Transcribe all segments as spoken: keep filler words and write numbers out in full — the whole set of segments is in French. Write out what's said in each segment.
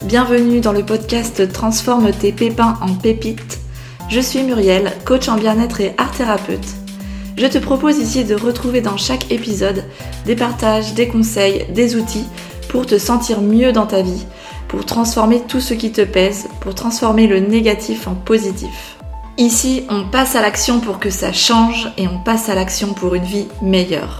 bienvenue dans le podcast Transforme tes pépins en pépites. Je suis Muriel, coach en bien-être et art thérapeute. Je te propose ici de retrouver dans chaque épisode des partages, des conseils, des outils pour te sentir mieux dans ta vie, pour transformer tout ce qui te pèse, pour transformer le négatif en positif. Ici, on passe à l'action pour que ça change et on passe à l'action pour une vie meilleure.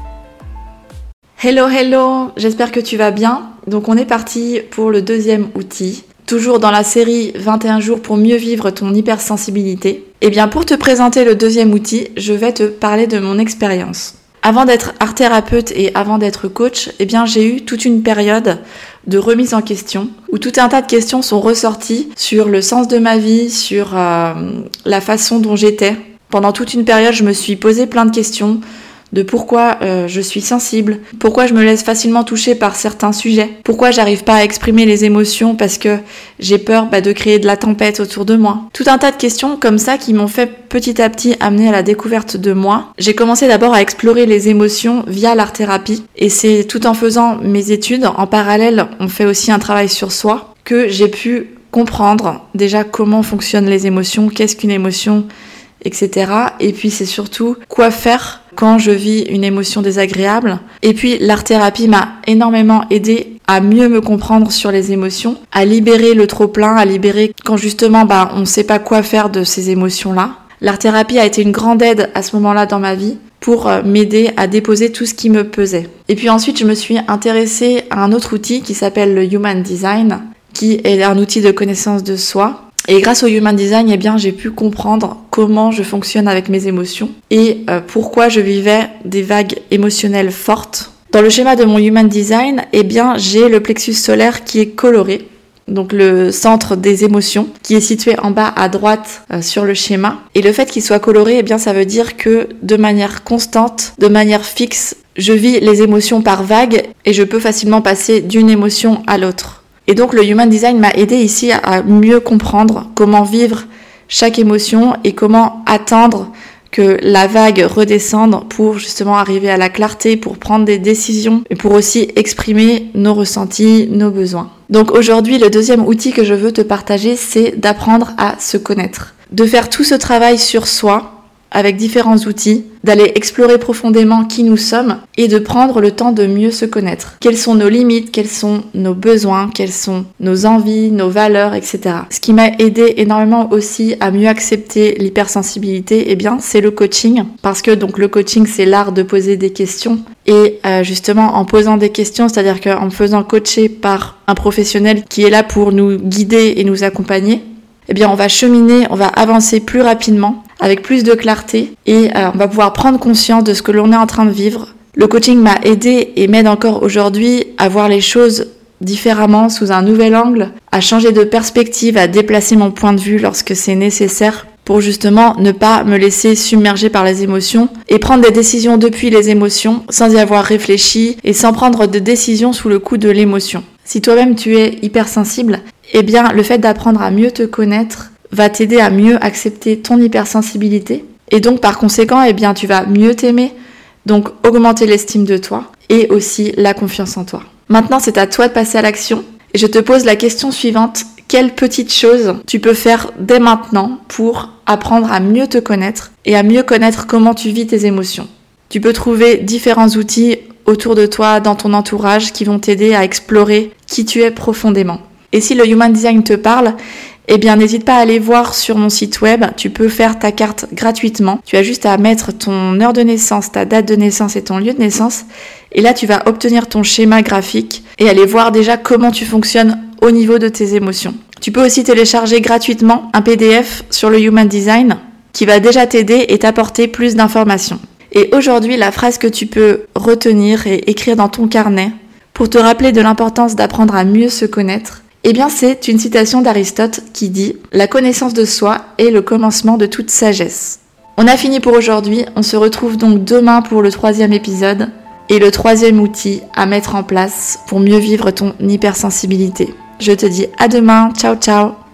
Hello, hello, j'espère que tu vas bien. Donc on est parti pour le deuxième outil, toujours dans la série vingt et un jours pour mieux vivre ton hypersensibilité. Et bien pour te présenter le deuxième outil, je vais te parler de mon expérience. Avant d'être art thérapeute et avant d'être coach, eh bien j'ai eu toute une période de remise en question où tout un tas de questions sont ressorties sur le sens de ma vie, sur euh, la façon dont j'étais. Pendant toute une période, je me suis posé plein de questions de pourquoi euh, je suis sensible, pourquoi je me laisse facilement toucher par certains sujets, pourquoi j'arrive pas à exprimer les émotions parce que j'ai peur bah, de créer de la tempête autour de moi. Tout un tas de questions comme ça qui m'ont fait petit à petit amener à la découverte de moi. J'ai commencé d'abord à explorer les émotions via l'art-thérapie et c'est tout en faisant mes études, en parallèle on fait aussi un travail sur soi, que j'ai pu comprendre déjà comment fonctionnent les émotions, qu'est-ce qu'une émotion, et cetera. Et puis c'est surtout quoi faire quand je vis une émotion désagréable. Et puis l'art-thérapie m'a énormément aidé à mieux me comprendre sur les émotions, à libérer le trop-plein, à libérer quand justement bah, on ne sait pas quoi faire de ces émotions-là. L'art-thérapie a été une grande aide à ce moment-là dans ma vie pour m'aider à déposer tout ce qui me pesait. Et puis ensuite je me suis intéressée à un autre outil qui s'appelle le Human Design, qui est un outil de connaissance de soi. Et grâce au Human Design, eh bien, j'ai pu comprendre comment je fonctionne avec mes émotions et euh, pourquoi je vivais des vagues émotionnelles fortes. Dans le schéma de mon Human Design, eh bien, j'ai le plexus solaire qui est coloré, donc le centre des émotions, qui est situé en bas à droite euh, sur le schéma. Et le fait qu'il soit coloré, eh bien, ça veut dire que de manière constante, de manière fixe, je vis les émotions par vagues et je peux facilement passer d'une émotion à l'autre. Et donc le Human Design m'a aidé ici à mieux comprendre comment vivre chaque émotion et comment attendre que la vague redescende pour justement arriver à la clarté, pour prendre des décisions et pour aussi exprimer nos ressentis, nos besoins. Donc aujourd'hui, le deuxième outil que je veux te partager, c'est d'apprendre à se connaître. De faire tout ce travail sur soi avec différents outils, d'aller explorer profondément qui nous sommes et de prendre le temps de mieux se connaître. Quelles sont nos limites, quels sont nos besoins, quelles sont nos envies, nos valeurs, et cetera. Ce qui m'a aidé énormément aussi à mieux accepter l'hypersensibilité, eh bien, c'est le coaching. Parce que donc le coaching, c'est l'art de poser des questions. Et euh, justement, en posant des questions, c'est-à-dire qu'en me faisant coacher par un professionnel qui est là pour nous guider et nous accompagner, eh bien, on va cheminer, on va avancer plus rapidement, avec plus de clarté et euh, on va pouvoir prendre conscience de ce que l'on est en train de vivre. Le coaching m'a aidé et m'aide encore aujourd'hui à voir les choses différemment, sous un nouvel angle, à changer de perspective, à déplacer mon point de vue lorsque c'est nécessaire pour justement ne pas me laisser submerger par les émotions et prendre des décisions depuis les émotions sans y avoir réfléchi et sans prendre de décisions sous le coup de l'émotion. Si toi-même tu es hypersensible, eh bien le fait d'apprendre à mieux te connaître va t'aider à mieux accepter ton hypersensibilité et donc par conséquent eh bien tu vas mieux t'aimer, donc augmenter l'estime de toi et aussi la confiance en toi. Maintenant c'est à toi de passer à l'action et je te pose la question suivante: quelles petites choses tu peux faire dès maintenant pour apprendre à mieux te connaître et à mieux connaître comment tu vis tes émotions? Tu peux trouver différents outils autour de toi, dans ton entourage, qui vont t'aider à explorer qui tu es profondément. Et si le Human Design te parle, eh bien n'hésite pas à aller voir sur mon site web, tu peux faire ta carte gratuitement. Tu as juste à mettre ton heure de naissance, ta date de naissance et ton lieu de naissance. Et là tu vas obtenir ton schéma graphique et aller voir déjà comment tu fonctionnes au niveau de tes émotions. Tu peux aussi télécharger gratuitement un P D F sur le Human Design qui va déjà t'aider et t'apporter plus d'informations. Et aujourd'hui, la phrase que tu peux retenir et écrire dans ton carnet pour te rappeler de l'importance d'apprendre à mieux se connaître, eh bien c'est une citation d'Aristote qui dit « La connaissance de soi est le commencement de toute sagesse ». On a fini pour aujourd'hui, on se retrouve donc demain pour le troisième épisode et le troisième outil à mettre en place pour mieux vivre ton hypersensibilité. Je te dis à demain, ciao ciao.